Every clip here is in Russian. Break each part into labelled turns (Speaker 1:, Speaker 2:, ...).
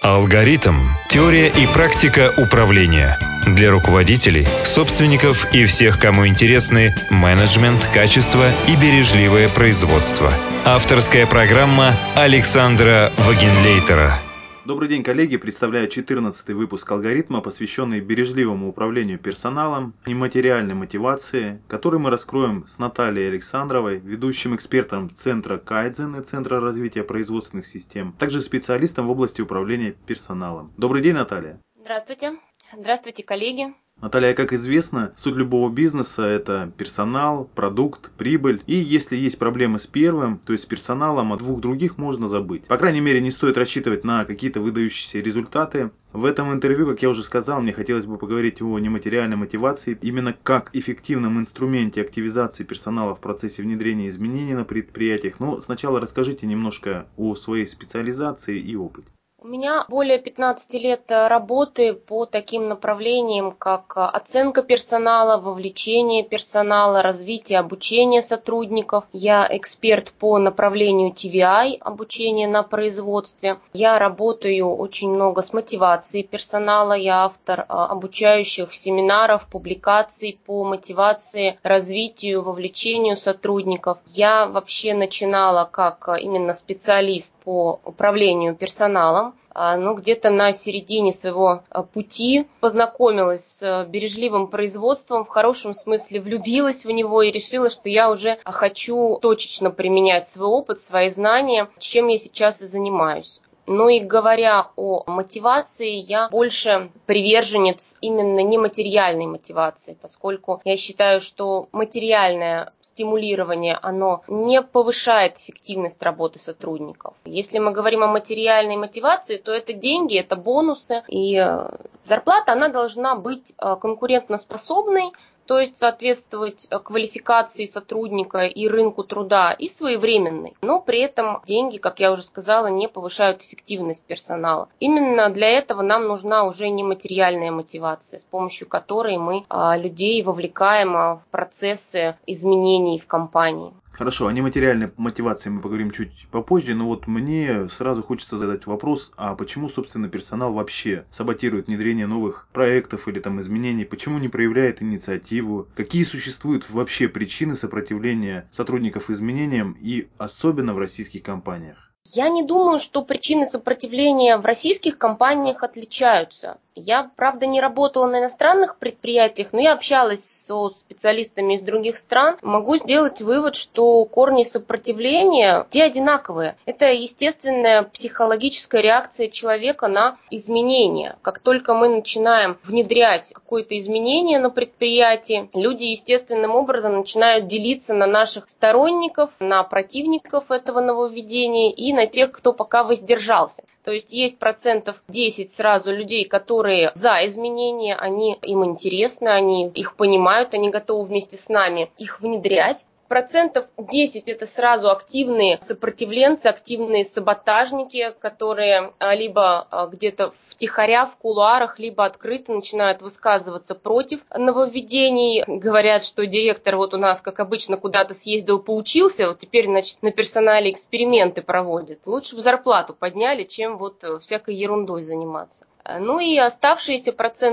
Speaker 1: Алгоритм. Теория и практика управления. Для руководителей, собственников и всех, кому интересны менеджмент, качество и бережливое производство. Авторская программа Александра Вагенлейтера.
Speaker 2: Добрый день, коллеги! Представляю 14-й выпуск «Алгоритма», посвященный бережливому управлению персоналом и материальной мотивации, который мы раскроем с Натальей Александровой, ведущим экспертом Центра Кайдзен и Центра развития производственных систем, также специалистом в области управления персоналом. Добрый день, Наталья!
Speaker 3: Здравствуйте! Здравствуйте, коллеги!
Speaker 2: Наталья, как известно, суть любого бизнеса – это персонал, продукт, прибыль. И если есть проблемы с первым, то есть с персоналом, о двух других можно забыть. По крайней мере, не стоит рассчитывать на какие-то выдающиеся результаты. В этом интервью, как я уже сказал, мне хотелось бы поговорить о нематериальной мотивации, именно как эффективном инструменте активизации персонала в процессе внедрения изменений на предприятиях. Но сначала расскажите немножко о своей специализации и опыте.
Speaker 3: У меня более 15 лет работы по таким направлениям, как оценка персонала, вовлечение персонала, развитие обучения сотрудников. Я эксперт по направлению TVI, обучение на производстве. Я работаю очень много с мотивацией персонала. Я автор обучающих семинаров, публикаций по мотивации, развитию, вовлечению сотрудников. Я вообще начинала как именно специалист по управлению персоналом. Но где-то на середине своего пути познакомилась с бережливым производством, в хорошем смысле влюбилась в него и решила, что я уже хочу точечно применять свой опыт, свои знания, чем я сейчас и занимаюсь. Ну и говоря о мотивации, я больше приверженец именно нематериальной мотивации, поскольку я считаю, что материальное стимулирование, оно не повышает эффективность работы сотрудников. Если мы говорим о материальной мотивации, то это деньги, это бонусы, и зарплата, она должна быть конкурентоспособной, то есть соответствовать квалификации сотрудника и рынку труда, и своевременной. Но при этом деньги, как я уже сказала, не повышают эффективность персонала. Именно для этого нам нужна уже нематериальная мотивация, с помощью которой мы людей вовлекаем в процессы изменений в компании.
Speaker 2: Хорошо, о нематериальной мотивации мы поговорим чуть попозже, но вот мне сразу хочется задать вопрос, а почему, собственно, персонал вообще саботирует внедрение новых проектов или там изменений, почему не проявляет инициативу, какие существуют вообще причины сопротивления сотрудников изменениям и особенно в российских компаниях?
Speaker 3: Я не думаю, что причины сопротивления в российских компаниях отличаются. Я, правда, не работала на иностранных предприятиях, но я общалась со специалистами из других стран. Могу сделать вывод, что корни сопротивления те одинаковые. Это естественная психологическая реакция человека на изменения. Как только мы начинаем внедрять какое-то изменение на предприятии, люди естественным образом начинают делиться на наших сторонников, на противников этого нововведения и на тех, кто пока воздержался. То есть есть 10% сразу людей, которые за изменения, им интересно, они их понимают, они готовы вместе с нами их внедрять. 10% это сразу активные сопротивленцы, активные саботажники, которые либо где-то втихаря в кулуарах, либо открыто начинают высказываться против нововведений. Говорят, что директор вот у нас, как обычно, куда-то съездил, поучился, вот теперь, значит, на персонале эксперименты проводит. Лучше бы зарплату подняли, чем вот всякой ерундой заниматься. Ну и оставшиеся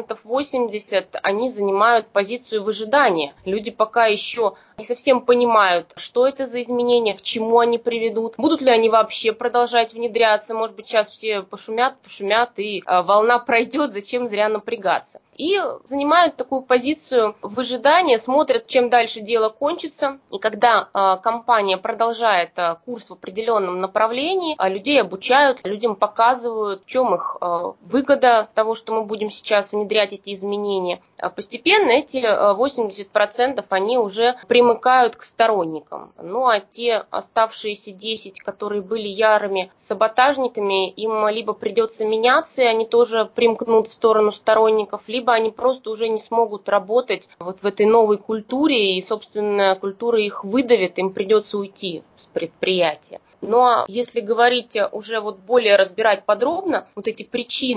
Speaker 3: 80%, они занимают позицию выжидания. Люди пока еще не совсем понимают, что это за изменения, к чему они приведут, будут ли они вообще продолжать внедряться. Может быть, сейчас все пошумят, и волна пройдет, зачем зря напрягаться. И занимают такую позицию выжидания, смотрят, чем дальше дело кончится. И когда компания продолжает курс в определенном направлении, людей обучают, людям показывают, в чем их выгода того, что мы будем сейчас внедрять эти изменения. Постепенно эти 80% они уже примыкают к сторонникам. Ну а те оставшиеся 10%, которые были ярыми саботажниками, им либо придется меняться, и они тоже примкнут в сторону сторонников, либо они просто уже не смогут работать вот в этой новой культуре, и, собственно, культура их выдавит, им придется уйти с предприятия. Ну а если говорить уже вот более разбирать подробно вот эти причины,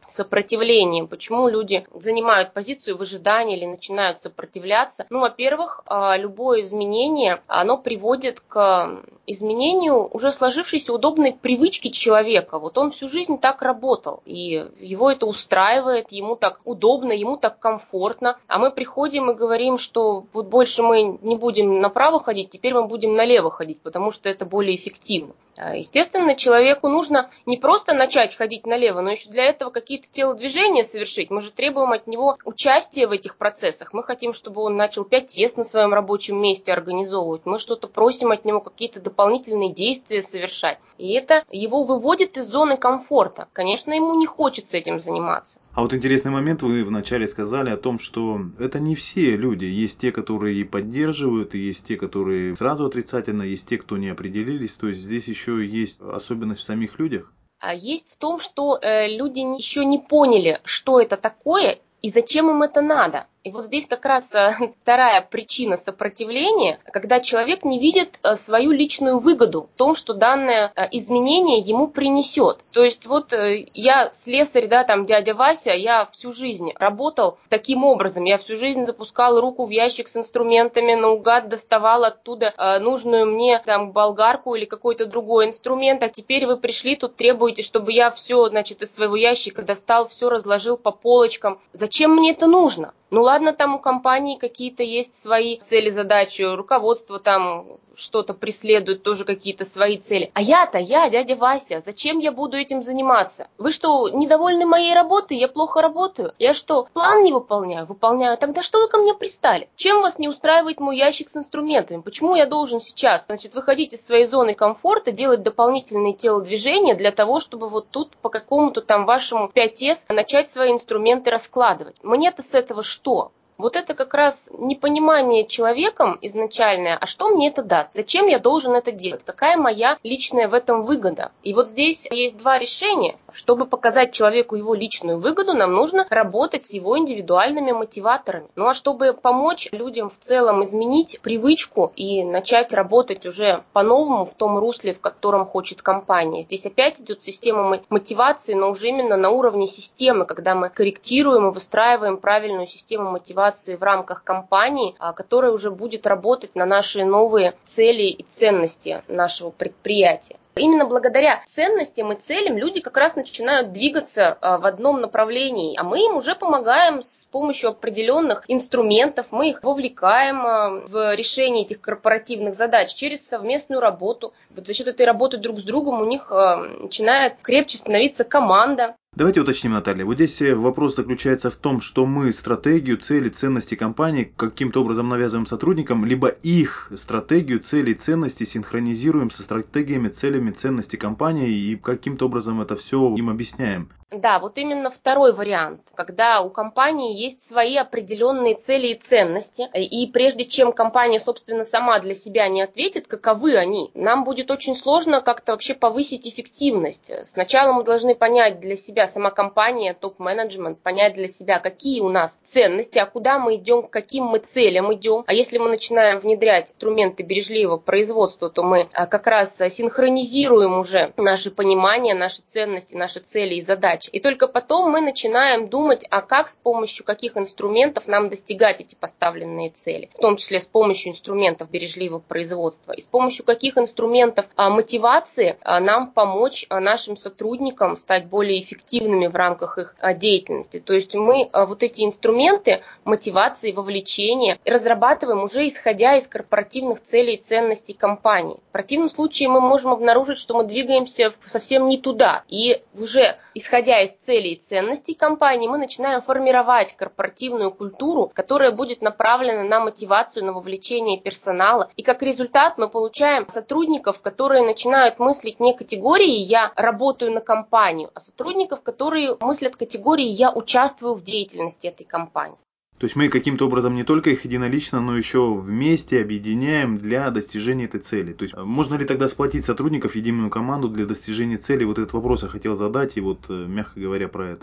Speaker 3: сопротивлением. Почему люди занимают позицию в ожидании или начинают сопротивляться? Ну, во-первых, любое изменение, оно приводит к изменению уже сложившейся удобной привычки человека. Вот он всю жизнь так работал, и его это устраивает, ему так удобно, ему так комфортно. А мы приходим и говорим, что вот больше мы не будем направо ходить, теперь мы будем налево ходить, потому что это более эффективно. Естественно, человеку нужно не просто начать ходить налево, но еще для этого какие-то телодвижения совершить. Мы же требуем от него участия в этих процессах. Мы хотим, чтобы он начал 5S на своем рабочем месте организовывать. Мы что-то просим от него, какие-то дополнительные действия совершать. И это его выводит из зоны комфорта. Конечно, ему не хочется этим заниматься.
Speaker 2: А вот интересный момент, вы вначале сказали о том, что это не все люди. Есть те, которые и поддерживают, и есть те, которые сразу отрицательно, есть те, кто не определились. То есть здесь еще есть особенность в самих людях.
Speaker 3: А есть в том, что люди еще не поняли, что это такое и зачем им это надо. И вот здесь как раз вторая причина сопротивления, когда человек не видит свою личную выгоду в том, что данное изменение ему принесет. То есть вот я слесарь, да, там дядя Вася, я всю жизнь работал таким образом, я всю жизнь запускал руку в ящик с инструментами, наугад доставал оттуда нужную мне там болгарку или какой-то другой инструмент, а теперь вы пришли тут требуете, чтобы я все, значит, из своего ящика достал, все разложил по полочкам. Зачем мне это нужно? Ну ладно, там у компании какие-то есть свои цели, задачи, руководство там что-то преследует, тоже какие-то свои цели. А я, дядя Вася, зачем я буду этим заниматься? Вы что, недовольны моей работой? Я плохо работаю? Я что, план не выполняю? Выполняю. Тогда что вы ко мне пристали? Чем вас не устраивает мой ящик с инструментами? Почему я должен сейчас, значит, выходить из своей зоны комфорта, делать дополнительные телодвижения для того, чтобы вот тут по какому-то там вашему 5S начать свои инструменты раскладывать? Мне-то с этого что? Вот это как раз непонимание человеком изначальное, а что мне это даст? Зачем я должен это делать? Какая моя личная в этом выгода? И вот здесь есть два решения. Чтобы показать человеку его личную выгоду, нам нужно работать с его индивидуальными мотиваторами. Ну а чтобы помочь людям в целом изменить привычку и начать работать уже по-новому в том русле, в котором хочет компания. Здесь опять идет система мотивации, но уже именно на уровне системы, когда мы корректируем и выстраиваем правильную систему мотивации в рамках компании, которая уже будет работать на наши новые цели и ценности нашего предприятия. Именно благодаря ценностям и целям люди как раз начинают двигаться в одном направлении, а мы им уже помогаем с помощью определенных инструментов, мы их вовлекаем в решение этих корпоративных задач через совместную работу. Вот за счет этой работы друг с другом у них начинает крепче становиться команда.
Speaker 2: Давайте уточним, Наталья. Вот здесь вопрос заключается в том, что мы стратегию, цели, ценности компании каким-то образом навязываем сотрудникам, либо их стратегию, цели и ценности синхронизируем со стратегиями, целями, ценностей компании и каким-то образом это все им объясняем.
Speaker 3: Да, вот именно второй вариант, когда у компании есть свои определенные цели и ценности, и прежде чем компания, собственно, сама для себя не ответит, каковы они, нам будет очень сложно как-то вообще повысить эффективность. Сначала мы должны понять для себя, сама компания, топ-менеджмент, понять для себя, какие у нас ценности, а куда мы идем, к каким мы целям идем. А если мы начинаем внедрять инструменты бережливого производства, то мы как раз синхронизируем уже наши понимания, наши ценности, наши цели и задачи. И только потом мы начинаем думать, а как, с помощью каких инструментов нам достигать эти поставленные цели, в том числе с помощью инструментов бережливого производства, и с помощью каких инструментов мотивации нам помочь нашим сотрудникам стать более эффективными в рамках их деятельности. То есть мы вот эти инструменты мотивации, вовлечения разрабатываем уже исходя из корпоративных целей и ценностей компании. В противном случае мы можем обнаружить, что мы двигаемся совсем не туда, и уже исходя из целей и ценностей компании, мы начинаем формировать корпоративную культуру, которая будет направлена на мотивацию, на вовлечение персонала. И как результат мы получаем сотрудников, которые начинают мыслить не категорией «я работаю на компанию», а сотрудников, которые мыслят категорией «я участвую в деятельности этой компании».
Speaker 2: То есть мы каким-то образом не только их единолично, но еще вместе объединяем для достижения этой цели. То есть можно ли тогда сплотить сотрудников в единую команду для достижения цели? Вот этот вопрос я хотел задать, и вот мягко говоря про это.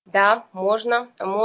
Speaker 3: Да, можно.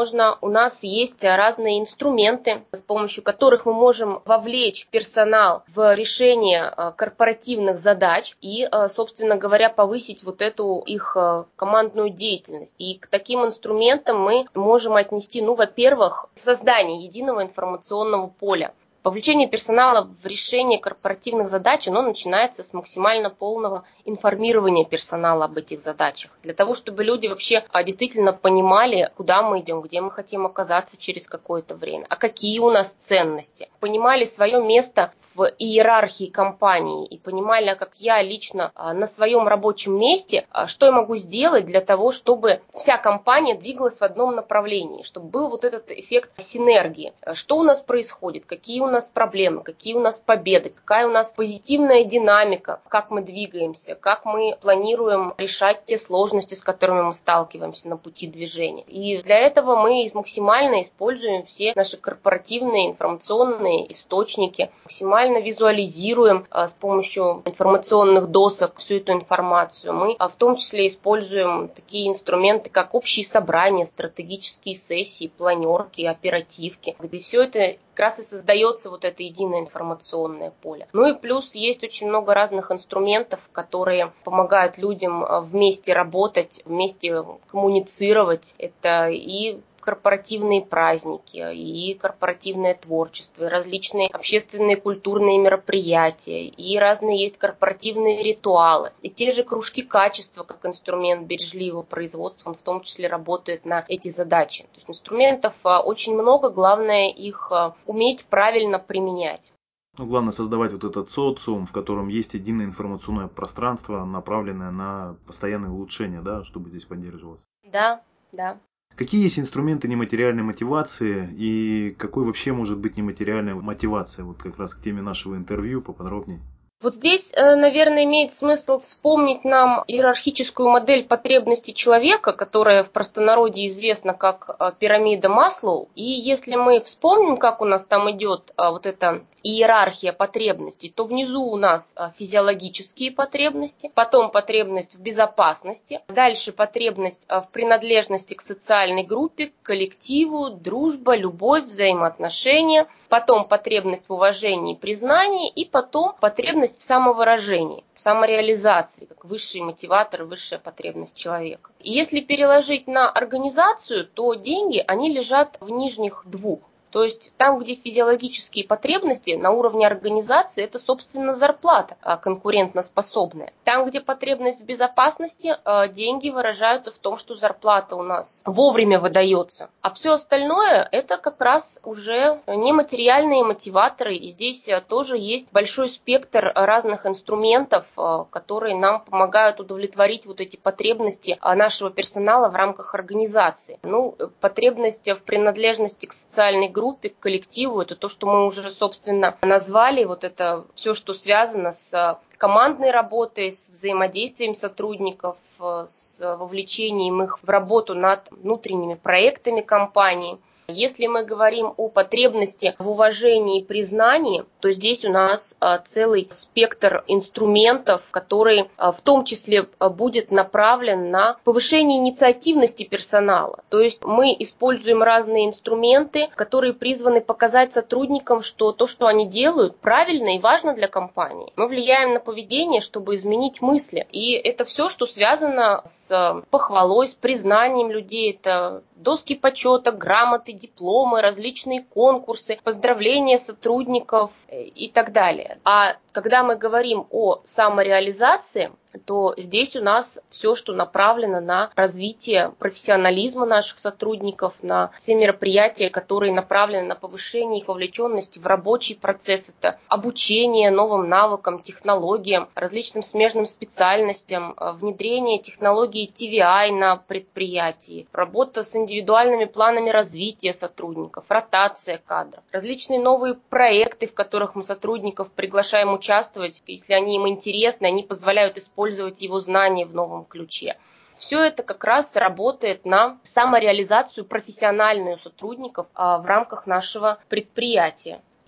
Speaker 3: У нас есть разные инструменты, с помощью которых мы можем вовлечь персонал в решение корпоративных задач и, собственно говоря, повысить вот эту их командную деятельность. И к таким инструментам мы можем отнести, во-первых, создание единого информационного поля. Вовлечение персонала в решение корпоративных задач, оно начинается с максимально полного информирования персонала об этих задачах. Для того, чтобы люди вообще действительно понимали, куда мы идем, где мы хотим оказаться через какое-то время, а какие у нас ценности. Понимали свое место в иерархии компании и понимали, как я лично на своем рабочем месте, что я могу сделать для того, чтобы вся компания двигалась в одном направлении, чтобы был вот этот эффект синергии. Что у нас происходит, какие у нас проблемы, какие у нас победы, какая у нас позитивная динамика, как мы двигаемся, как мы планируем решать те сложности, с которыми мы сталкиваемся на пути движения. И для этого мы максимально используем все наши корпоративные информационные источники, максимально визуализируем с помощью информационных досок всю эту информацию. Мы в том числе используем такие инструменты, как общие собрания, стратегические сессии, планерки, оперативки, где все это как раз и создается вот это единое информационное поле. Ну и плюс есть очень много разных инструментов, которые помогают людям вместе работать, вместе коммуницировать. Это и корпоративные праздники, и корпоративное творчество, и различные общественные культурные мероприятия, и разные есть корпоративные ритуалы. И те же кружки качества, как инструмент бережливого производства, он в том числе работает на эти задачи. То есть инструментов очень много, главное их уметь правильно применять.
Speaker 2: Главное создавать вот этот социум, в котором есть единое информационное пространство, направленное на постоянное улучшение, да, чтобы здесь поддерживалось.
Speaker 3: Да, да.
Speaker 2: Какие есть инструменты нематериальной мотивации и какой вообще может быть нематериальная мотивация? Вот как раз к теме нашего интервью поподробнее.
Speaker 3: Вот здесь, наверное, имеет смысл вспомнить нам иерархическую модель потребностей человека, которая в простонародье известна как пирамида Маслоу. И если мы вспомним, как у нас там идет вот эта иерархия потребностей, то внизу у нас физиологические потребности, потом потребность в безопасности, дальше потребность в принадлежности к социальной группе, к коллективу, дружба, любовь, взаимоотношения, потом потребность в уважении и признании, и потом потребность в самовыражении, в самореализации, как высший мотиватор, высшая потребность человека. И если переложить на организацию, то деньги, они лежат в нижних двух. То есть там, где физиологические потребности на уровне организации, это, собственно, зарплата конкурентоспособная. Там, где потребность в безопасности, деньги выражаются в том, что зарплата у нас вовремя выдается. А все остальное, это как раз уже нематериальные мотиваторы. И здесь тоже есть большой спектр разных инструментов, которые нам помогают удовлетворить вот эти потребности нашего персонала в рамках организации. Потребность в принадлежности к социальной группе, к коллективу, это то, что мы уже, собственно, назвали, вот это все, что связано с командной работой, с взаимодействием сотрудников, с вовлечением их в работу над внутренними проектами компании. Если мы говорим о потребности в уважении и признании, то здесь у нас целый спектр инструментов, который в том числе будет направлен на повышение инициативности персонала. То есть мы используем разные инструменты, которые призваны показать сотрудникам, что то, что они делают, правильно и важно для компании. Мы влияем на поведение, чтобы изменить мысли. И это все, что связано с похвалой, с признанием людей. Это доски почета, грамоты, дипломы, различные конкурсы, поздравления сотрудников и так далее. А когда мы говорим о самореализации, то здесь у нас все, что направлено на развитие профессионализма наших сотрудников, на все мероприятия, которые направлены на повышение их вовлеченности в рабочий процесс. Это обучение новым навыкам, технологиям, различным смежным специальностям, внедрение технологии TVI на предприятии, работа с индивидуальными планами развития сотрудников, ротация кадров, различные новые проекты, в которых мы сотрудников приглашаем участвовать, если они им интересны, они позволяют использовать его знания в новом ключе. Все это как раз работает на самореализацию профессиональную сотрудников в рамках нашего предприятия.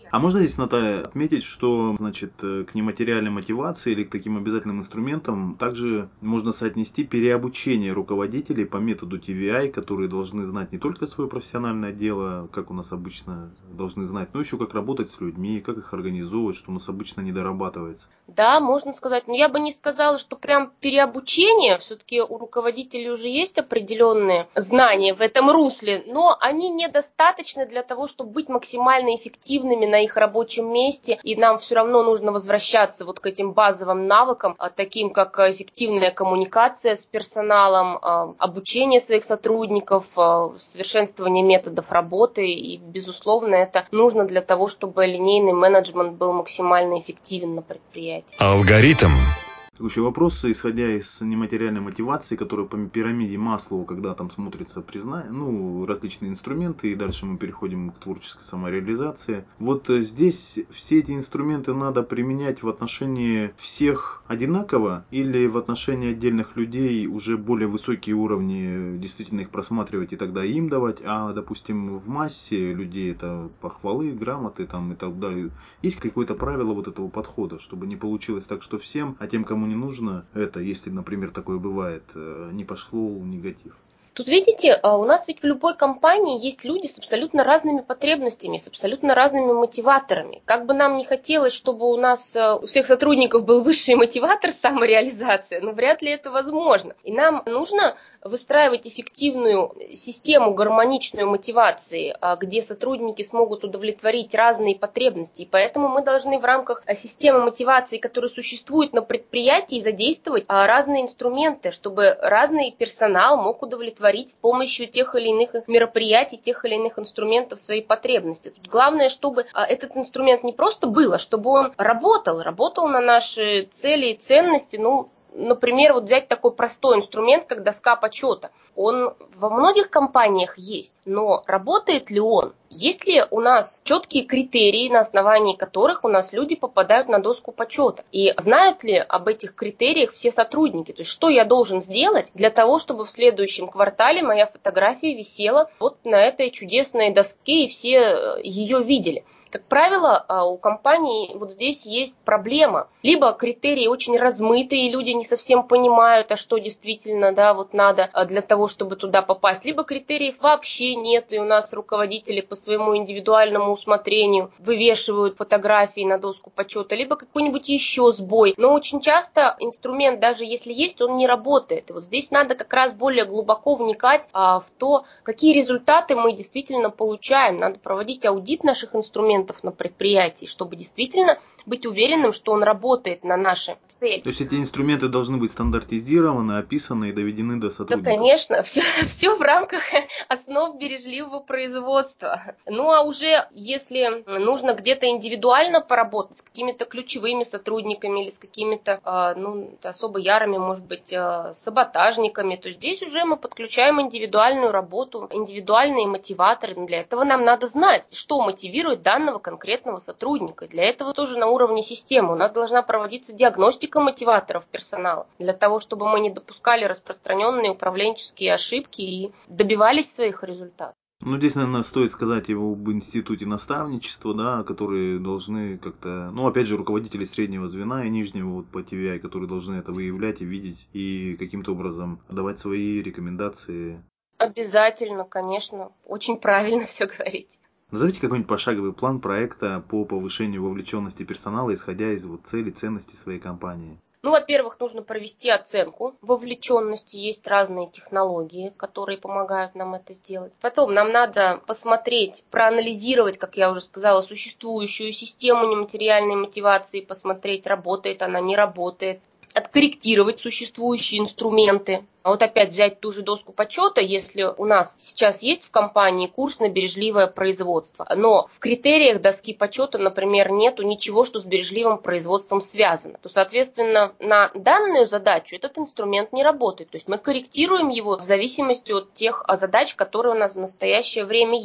Speaker 2: А можно здесь, Наталья, отметить, что, значит, к нематериальной мотивации или к таким обязательным инструментам также можно соотнести переобучение руководителей по методу TVI, которые должны знать не только свое профессиональное дело, как у нас обычно должны знать, но еще как работать с людьми, как их организовывать, что у нас обычно не дорабатывается.
Speaker 3: Да, можно сказать, но я бы не сказала, что прям переобучение, все-таки у руководителей уже есть определенные знания в этом русле, но они недостаточны для того, чтобы быть максимально эффективными на их рабочем месте, и нам все равно нужно возвращаться вот к этим базовым навыкам, таким как эффективная коммуникация с персоналом, обучение своих сотрудников, совершенствование методов работы, и, безусловно, это нужно для того, чтобы линейный менеджмент был максимально эффективен на предприятии.
Speaker 1: Алгоритм.
Speaker 2: Следующий вопрос, исходя из нематериальной мотивации, которая по пирамиде Маслоу, когда там смотрится различные инструменты, и дальше мы переходим к творческой самореализации. Вот здесь все эти инструменты надо применять в отношении всех одинаково или в отношении отдельных людей уже более высокие уровни, действительно их просматривать и тогда им давать, а, допустим, в массе людей это похвалы, грамоты там и так далее. Есть какое-то правило вот этого подхода, чтобы не получилось так, что всем, а тем, кому не нужно это, если, например, такое бывает, не пошло негатив.
Speaker 3: Тут, видите, у нас ведь в любой компании есть люди с абсолютно разными потребностями, с абсолютно разными мотиваторами. Как бы нам не хотелось, чтобы у нас у всех сотрудников был высший мотиватор самореализация, но вряд ли это возможно. И нам нужно выстраивать эффективную систему гармоничной мотивации, где сотрудники смогут удовлетворить разные потребности. И поэтому мы должны в рамках системы мотивации, которая существует на предприятии, задействовать разные инструменты, чтобы разный персонал мог удовлетворить с помощью тех или иных мероприятий, тех или иных инструментов свои потребности. Тут главное, чтобы этот инструмент не просто был, а чтобы он работал на наши цели и ценности. Например, вот взять такой простой инструмент, как доска почета. Он во многих компаниях есть, но работает ли он? Есть ли у нас четкие критерии, на основании которых у нас люди попадают на доску почета? И знают ли об этих критериях все сотрудники? То есть, что я должен сделать для того, чтобы в следующем квартале моя фотография висела вот на этой чудесной доске, и все ее видели? Как правило, у компаний вот здесь есть проблема. Либо критерии очень размытые, и люди не совсем понимают, а что действительно надо для того, чтобы туда попасть. Либо критериев вообще нет, и у нас руководители по своему индивидуальному усмотрению вывешивают фотографии на доску почета, либо какой-нибудь еще сбой. Но очень часто инструмент, даже если есть, он не работает. И вот здесь надо как раз более глубоко вникать в то, какие результаты мы действительно получаем. Надо проводить аудит наших инструментов на предприятии, чтобы действительно быть уверенным, что он работает на наши цели.
Speaker 2: То есть эти инструменты должны быть стандартизированы, описаны и доведены до сотрудников?
Speaker 3: Да, конечно, все в рамках основ бережливого производства. Ну а уже если нужно где-то индивидуально поработать с какими-то ключевыми сотрудниками или с какими-то особо ярыми, может быть, саботажниками, то здесь уже мы подключаем индивидуальную работу, индивидуальные мотиваторы. Но для этого нам надо знать, что мотивирует данного конкретного сотрудника. Для этого тоже на уровне системы у нас должна проводиться диагностика мотиваторов персонала, для того, чтобы мы не допускали распространенные управленческие ошибки и добивались своих результатов.
Speaker 2: Здесь, наверное, стоит сказать его об институте наставничества, которые должны как-то, опять же, руководители среднего звена и нижнего по TVI, которые должны это выявлять и видеть, и каким-то образом давать свои рекомендации.
Speaker 3: Обязательно, конечно, очень правильно все говорить.
Speaker 2: Назовите какой-нибудь пошаговый план проекта по повышению вовлеченности персонала, исходя из целей, ценностей своей компании.
Speaker 3: Во-первых, нужно провести оценку вовлеченности. Есть разные технологии, которые помогают нам это сделать. Потом нам надо посмотреть, проанализировать, как я уже сказала, существующую систему нематериальной мотивации, посмотреть, работает она, не работает. Откорректировать существующие инструменты. А вот опять взять ту же доску почета, если у нас сейчас есть в компании курс на бережливое производство, но в критериях доски почета, например, нету ничего, что с бережливым производством связано, то, соответственно, на данную задачу этот инструмент не работает. То есть мы корректируем его в зависимости от тех задач, которые у нас в настоящее время есть.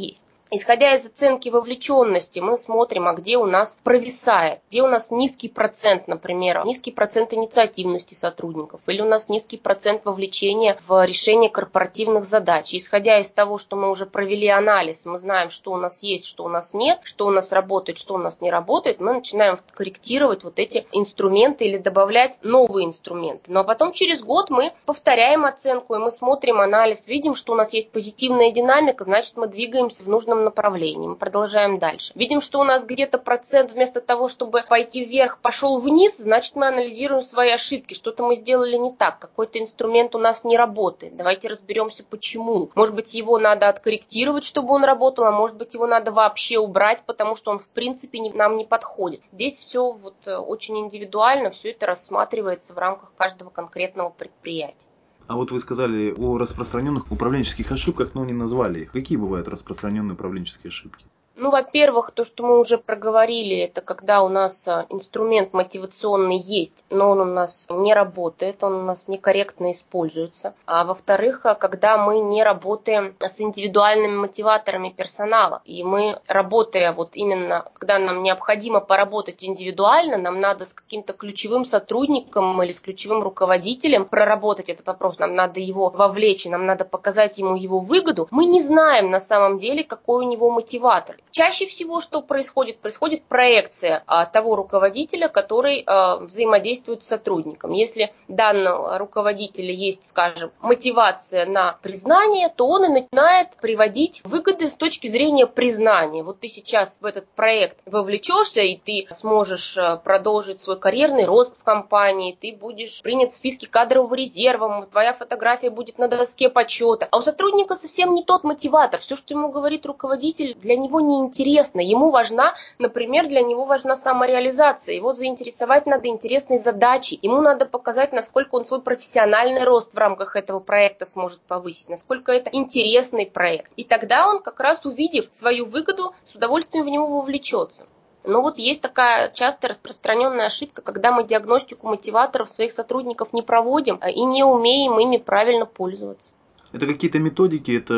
Speaker 3: Исходя из оценки вовлеченности, мы смотрим, а где у нас провисает, где у нас низкий процент, например, низкий процент инициативности сотрудников, или у нас низкий процент вовлечения в решение корпоративных задач. Исходя из того, что мы уже провели анализ, мы знаем, что у нас есть, что у нас нет, что у нас работает, что у нас не работает, мы начинаем корректировать вот эти инструменты или добавлять новые инструменты. Но потом через год мы повторяем оценку, и мы смотрим анализ, видим, что у нас есть позитивная динамика, значит, мы двигаемся в нужном направлении, мы продолжаем дальше. Видим, что у нас где-то процент вместо того, чтобы пойти вверх, пошел вниз, значит, мы анализируем свои ошибки, что-то мы сделали не так, какой-то инструмент у нас не работает. Давайте разберемся, почему. Может быть, его надо откорректировать, чтобы он работал, а может быть, его надо вообще убрать, потому что он, в принципе, нам не подходит. Здесь все очень индивидуально, все это рассматривается в рамках каждого конкретного предприятия.
Speaker 2: А вот вы сказали о распространенных управленческих ошибках, но не назвали их. Какие бывают распространенные управленческие ошибки?
Speaker 3: Во-первых, то, что мы уже проговорили, это когда у нас инструмент мотивационный есть, но он у нас не работает, он у нас некорректно используется. А во-вторых, когда мы не работаем с индивидуальными мотиваторами персонала. И мы, работая именно, когда нам необходимо поработать индивидуально, нам надо с каким-то ключевым сотрудником или с ключевым руководителем проработать этот вопрос, нам надо его вовлечь, нам надо показать ему его выгоду. Мы не знаем на самом деле, какой у него мотиватор. Чаще всего что происходит? Происходит проекция того руководителя, который взаимодействует с сотрудником. Если данного руководителя есть, скажем, мотивация на признание, то он и начинает приводить выгоды с точки зрения признания. Вот ты сейчас в этот проект вовлечешься, и ты сможешь продолжить свой карьерный рост в компании, ты будешь принят в списке кадрового резерва, твоя фотография будет на доске почета. А у сотрудника совсем не тот мотиватор. Все, что ему говорит руководитель, для него не интересно. Ему важна, например, для него важна самореализация. Его заинтересовать надо интересной задачей. Ему надо показать, насколько он свой профессиональный рост в рамках этого проекта сможет повысить, насколько это интересный проект. И тогда он, как раз увидев свою выгоду, с удовольствием в него вовлечется. Но есть такая часто распространенная ошибка, когда мы диагностику мотиваторов своих сотрудников не проводим и не умеем ими правильно пользоваться.
Speaker 2: Это какие-то методики, это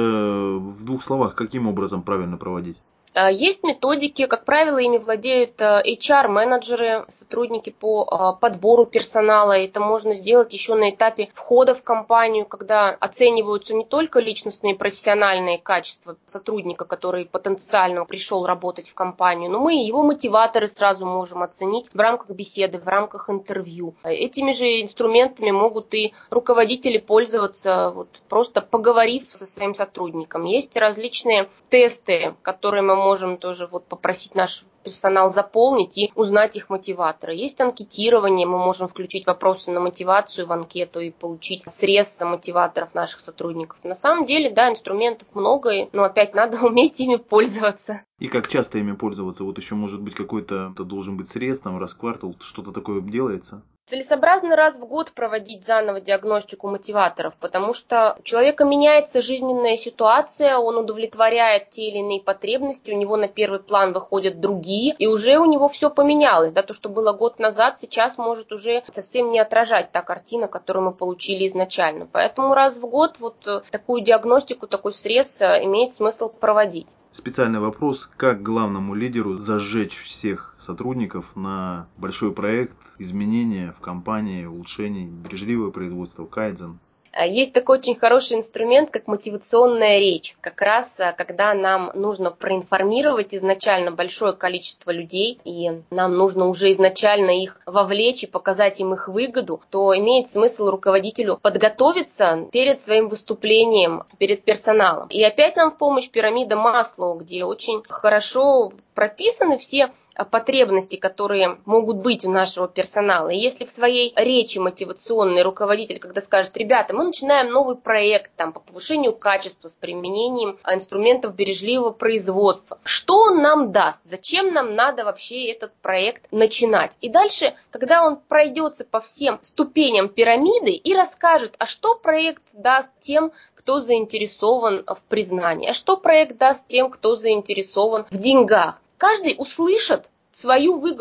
Speaker 2: в двух словах, каким образом правильно проводить?
Speaker 3: Есть методики, как правило, ими владеют HR-менеджеры, сотрудники по подбору персонала. Это можно сделать еще на этапе входа в компанию, когда оцениваются не только личностные и профессиональные качества сотрудника, который потенциально пришел работать в компанию, но мы и его мотиваторы сразу можем оценить в рамках беседы, в рамках интервью. Этими же инструментами могут и руководители пользоваться, просто поговорив со своим сотрудником. Есть различные тесты, которые мы можем тоже попросить наш персонал заполнить и узнать их мотиваторы. Есть анкетирование, мы можем включить вопросы на мотивацию в анкету и получить срез мотиваторов наших сотрудников. На самом деле, да, инструментов много, но опять надо уметь ими пользоваться.
Speaker 2: И как часто ими пользоваться? Еще может быть какой-то должен быть срез, раз в квартал, что-то такое делается?
Speaker 3: Целесообразно раз в год проводить заново диагностику мотиваторов, потому что у человека меняется жизненная ситуация, он удовлетворяет те или иные потребности, у него на первый план выходят другие, и уже у него все поменялось. То, что было год назад, сейчас может уже совсем не отражать та картина, которую мы получили изначально. Поэтому раз в год такую диагностику, такой срез имеет смысл проводить.
Speaker 2: Специальный вопрос, как главному лидеру зажечь всех сотрудников на большой проект, изменения в компании, улучшений, бережливое производство, кайдзен?
Speaker 3: Есть такой очень хороший инструмент, как мотивационная речь. Как раз, когда нам нужно проинформировать изначально большое количество людей, и нам нужно уже изначально их вовлечь и показать им их выгоду, то имеет смысл руководителю подготовиться перед своим выступлением, перед персоналом. И опять нам в помощь пирамида Маслоу, где очень хорошо прописаны все потребности, которые могут быть у нашего персонала. И если в своей речи мотивационный руководитель, когда скажет: ребята, мы начинаем новый проект по повышению качества с применением инструментов бережливого производства, что он нам даст, зачем нам надо вообще этот проект начинать. И дальше, когда он пройдется по всем ступеням пирамиды и расскажет, а что проект даст тем, кто заинтересован в признании, а что проект даст тем, кто заинтересован в деньгах. Каждый услышит свою выгоду.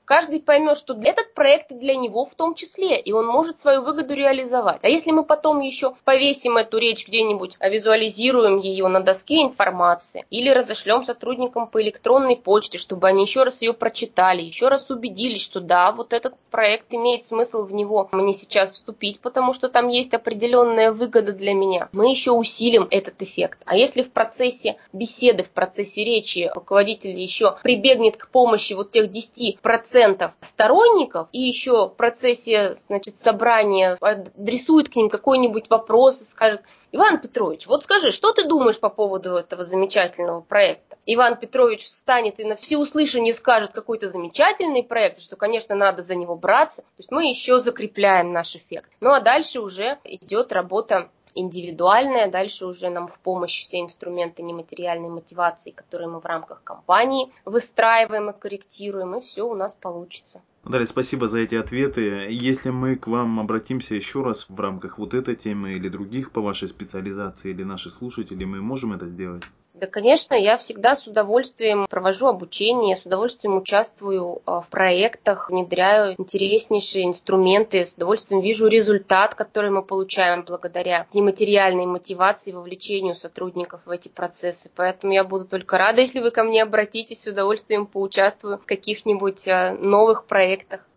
Speaker 3: каждый поймет, что этот проект и для него в том числе, и он может свою выгоду реализовать. А если мы потом еще повесим эту речь где-нибудь, визуализируем ее на доске информации или разошлем сотрудникам по электронной почте, чтобы они еще раз ее прочитали, еще раз убедились, что да, вот этот проект имеет смысл в него мне сейчас вступить, потому что там есть определенная выгода для меня, мы еще усилим этот эффект. А если в процессе беседы, в процессе речи руководитель еще прибегнет к помощи вот тех 10% сторонников и еще в процессе, собрания адресует к ним какой-нибудь вопрос и скажет: Иван Петрович, вот скажи, что ты думаешь по поводу этого замечательного проекта? Иван Петрович встанет и на всеуслышание скажет какой-то замечательный проект, что, конечно, надо за него браться. То есть мы еще закрепляем наш эффект. Ну а дальше уже идет работа индивидуальная, дальше уже нам в помощь все инструменты нематериальной мотивации, которые мы в рамках компании выстраиваем и корректируем, и все у нас получится.
Speaker 2: Наталья, спасибо за эти ответы. Если мы к вам обратимся еще раз в рамках вот этой темы или других по вашей специализации, или наши слушатели, мы можем это сделать?
Speaker 3: Да, конечно, я всегда с удовольствием провожу обучение, с удовольствием участвую в проектах, внедряю интереснейшие инструменты, с удовольствием вижу результат, который мы получаем благодаря нематериальной мотивации, вовлечению сотрудников в эти процессы. Поэтому я буду только рада, если вы ко мне обратитесь, с удовольствием поучаствую в каких-нибудь новых проектах.